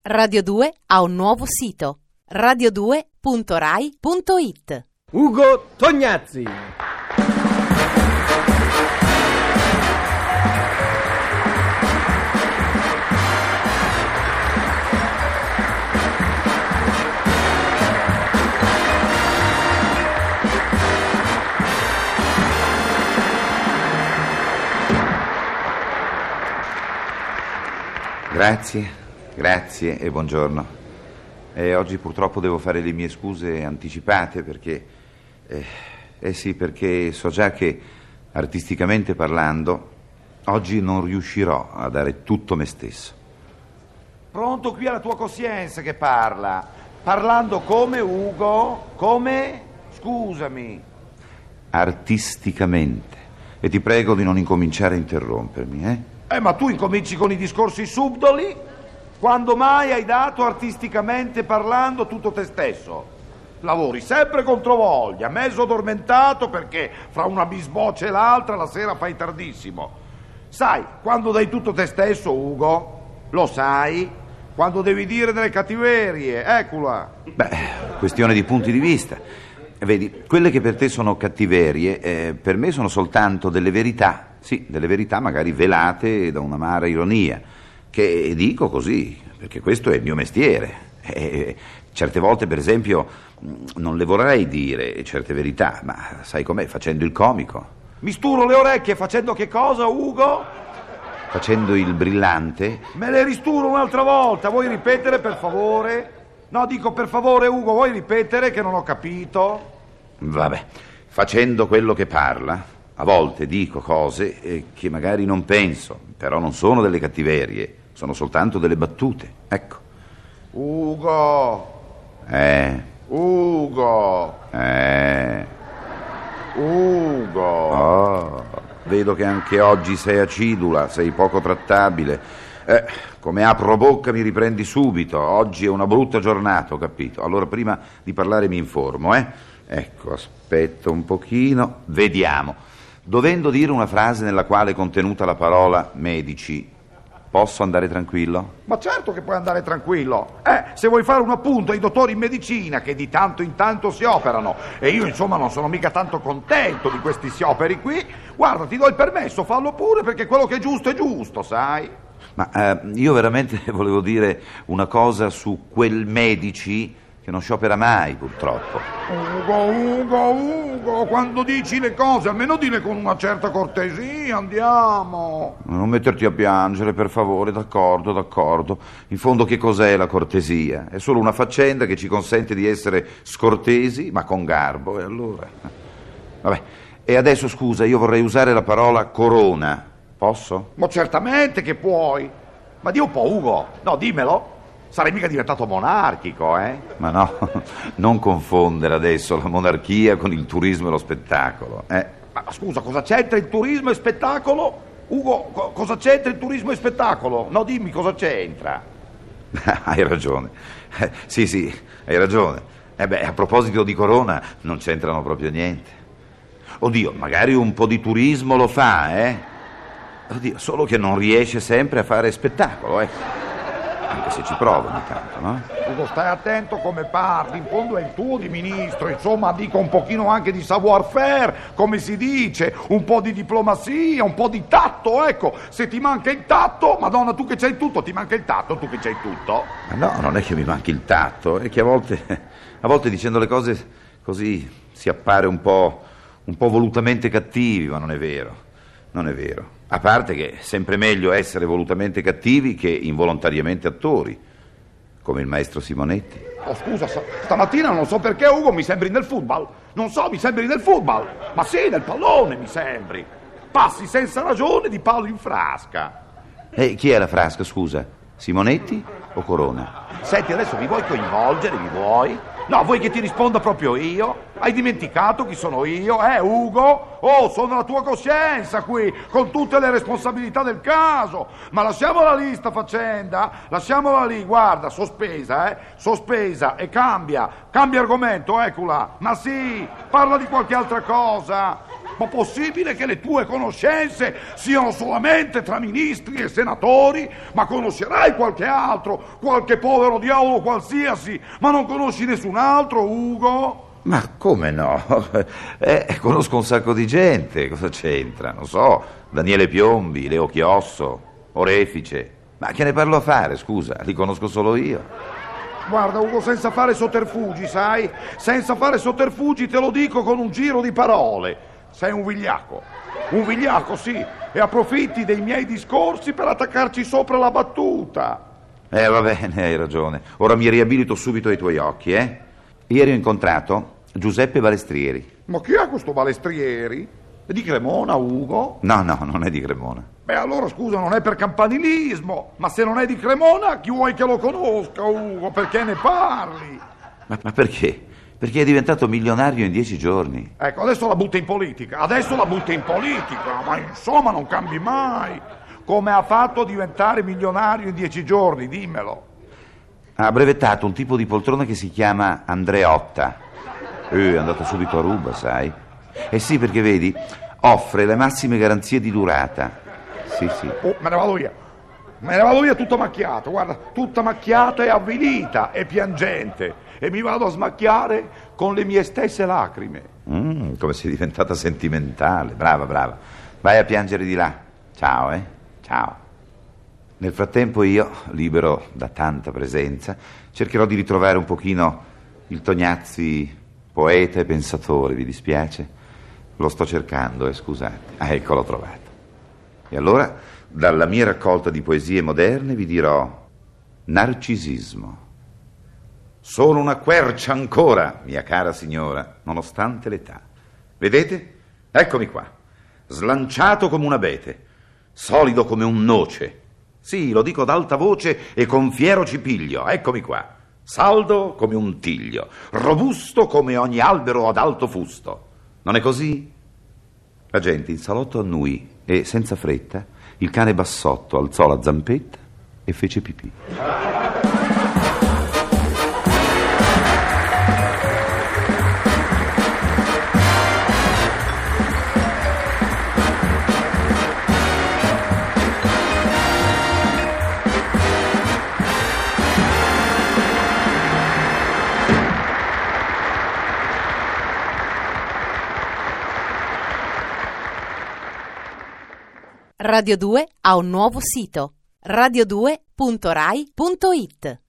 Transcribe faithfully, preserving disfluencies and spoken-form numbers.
Radio due ha un nuovo sito, radio due punto rai punto it. Ugo Tognazzi. Grazie, grazie e buongiorno. E oggi purtroppo devo fare le mie scuse anticipate perché... Eh, eh sì, perché so già che, artisticamente parlando, oggi non riuscirò a dare tutto me stesso. Pronto, qui è la tua coscienza che parla. Parlando come, Ugo? Come? Scusami. Artisticamente. E ti prego di non incominciare a interrompermi, eh? Eh, ma tu incominci con i discorsi subdoli? Quando mai hai dato artisticamente parlando tutto te stesso? Lavori sempre controvoglia, mezzo addormentato perché fra una bisboccia e l'altra la sera fai tardissimo. Sai, quando dai tutto te stesso, Ugo? Lo sai? Quando devi dire delle cattiverie, eccola. Beh, questione di punti di vista. Vedi, quelle che per te sono cattiverie, eh, per me sono soltanto delle verità, sì, delle verità magari velate da un'amara ironia, che dico così, perché questo è il mio mestiere. Eh, certe volte, per esempio, non le vorrei dire certe verità, ma sai com'è, facendo il comico. Misturo le orecchie facendo che cosa, Ugo? Facendo il brillante. Me le risturo un'altra volta, vuoi ripetere per favore? No, dico per favore, Ugo, vuoi ripetere che non ho capito? Vabbè, facendo quello che parla, a volte dico cose eh, che magari non penso, però non sono delle cattiverie, sono soltanto delle battute, ecco. Ugo! Eh... Ugo! Eh... Ugo! Oh, vedo che anche oggi sei acidula, sei poco trattabile. Eh, come apro bocca mi riprendi subito. Oggi è una brutta giornata, ho capito. Allora prima di parlare mi informo, eh? Ecco, aspetta un pochino. Vediamo. Dovendo dire una frase nella quale è contenuta la parola medici, posso andare tranquillo? Ma certo che puoi andare tranquillo. Eh, se vuoi fare un appunto ai dottori in medicina che di tanto in tanto si operano, e io insomma non sono mica tanto contento di questi sioperi qui, guarda, ti do il permesso, fallo pure perché quello che è giusto è giusto, sai? Ma eh, io veramente volevo dire una cosa su quel medici che non sciopera mai, purtroppo. Ugo, Ugo, Ugo, quando dici le cose almeno dile con una certa cortesia, andiamo. Non metterti a piangere, per favore, d'accordo, d'accordo. In fondo che cos'è la cortesia? È solo una faccenda che ci consente di essere scortesi, ma con garbo, e allora... Vabbè, e adesso scusa, io vorrei usare la parola corona. Posso? Ma certamente che puoi. Ma di un po', Ugo. No, dimmelo. Sarai mica diventato monarchico, eh? Ma no, non confondere adesso la monarchia con il turismo e lo spettacolo, eh? Ma scusa, cosa c'entra il turismo e spettacolo? Ugo, co- cosa c'entra il turismo e spettacolo? No, dimmi cosa c'entra. Hai ragione. Eh, sì, sì, hai ragione. E eh beh, a proposito di corona, non c'entrano proprio niente. Oddio, magari un po' di turismo lo fa, eh? Oddio, solo che non riesce sempre a fare spettacolo, ecco. Anche se ci prova ogni tanto, no? Ugo, stai attento come parli, in fondo è il tuo di ministro, insomma dico un pochino anche di savoir-faire, come si dice, un po' di diplomazia, un po' di tatto, ecco. Se ti manca il tatto, madonna, tu che c'hai tutto, ti manca il tatto, tu che c'hai tutto? Ma no, non è che mi manchi il tatto, è che a volte, a volte dicendo le cose così si appare un po', un po' volutamente cattivi, ma non è vero, non è vero. A parte che è sempre meglio essere volutamente cattivi che involontariamente attori, come il maestro Simonetti. Oh, scusa, stamattina non so perché, Ugo, mi sembri nel football. Non so, mi sembri nel football. Ma sì, nel pallone mi sembri. Passi senza ragione di palo in frasca. E chi è la frasca, scusa? Simonetti o Corona? Senti, adesso mi vuoi coinvolgere, mi vuoi? No, vuoi che ti risponda proprio io? Hai dimenticato chi sono io, eh, Ugo? Oh, sono la tua coscienza qui, con tutte le responsabilità del caso. Ma lasciamola lì sta faccenda, lasciamola lì, guarda, sospesa, eh, sospesa, e cambia, cambia argomento, eccola. Ma sì, parla di qualche altra cosa. Ma possibile che le tue conoscenze siano solamente tra ministri e senatori? Ma conoscerai qualche altro, qualche povero diavolo qualsiasi, ma non conosci nessun altro, Ugo? Ma come no? Eh, conosco un sacco di gente, cosa c'entra? Non so, Daniele Piombi, Leo Chiosso, Orefice. Ma che ne parlo a fare, scusa? Li conosco solo io. Guarda, Ugo, senza fare sotterfugi, sai? Senza fare sotterfugi, te lo dico con un giro di parole. Sei un vigliacco. Un vigliacco, sì. E approfitti dei miei discorsi per attaccarci sopra la battuta. Eh, va bene, hai ragione. Ora mi riabilito subito ai tuoi occhi, eh? Ieri ho incontrato Giuseppe Balestrieri. Ma chi è questo Balestrieri? È di Cremona, Ugo? No, no, non è di Cremona. Beh, allora scusa, non è per campanilismo, ma se non è di Cremona, chi vuoi che lo conosca, Ugo? Perché ne parli? Ma, ma perché? Perché è diventato milionario in dieci giorni. Ecco, adesso la butta in politica, adesso la butta in politica, ma insomma non cambi mai. Come ha fatto a diventare milionario in dieci giorni, dimmelo. Ha brevettato un tipo di poltrona che si chiama Andreotta. Eh, è andato subito a ruba, sai? Eh sì, perché vedi, offre le massime garanzie di durata. Sì, sì. Oh, me ne vado via. Me ne vado via tutta macchiata, guarda, tutta macchiata e avvilita e piangente. E mi vado a smacchiare con le mie stesse lacrime. Mm, come sei diventata sentimentale. Brava, brava. Vai a piangere di là. Ciao, eh. Ciao. Nel frattempo io, libero da tanta presenza, cercherò di ritrovare un pochino il Tognazzi poeta e pensatore, vi dispiace? Lo sto cercando, eh, scusate. Ah, ecco, l'ho trovato. E allora, dalla mia raccolta di poesie moderne vi dirò narcisismo. Sono una quercia ancora, mia cara signora, nonostante l'età. Vedete? Eccomi qua, slanciato come un abete, solido come un noce. Sì, lo dico ad alta voce e con fiero cipiglio. Eccomi qua, saldo come un tiglio, robusto come ogni albero ad alto fusto. Non è così? La gente in salotto annui e, senza fretta, il cane bassotto alzò la zampetta e fece pipì. Radio due ha un nuovo sito, radio due punto rai punto it.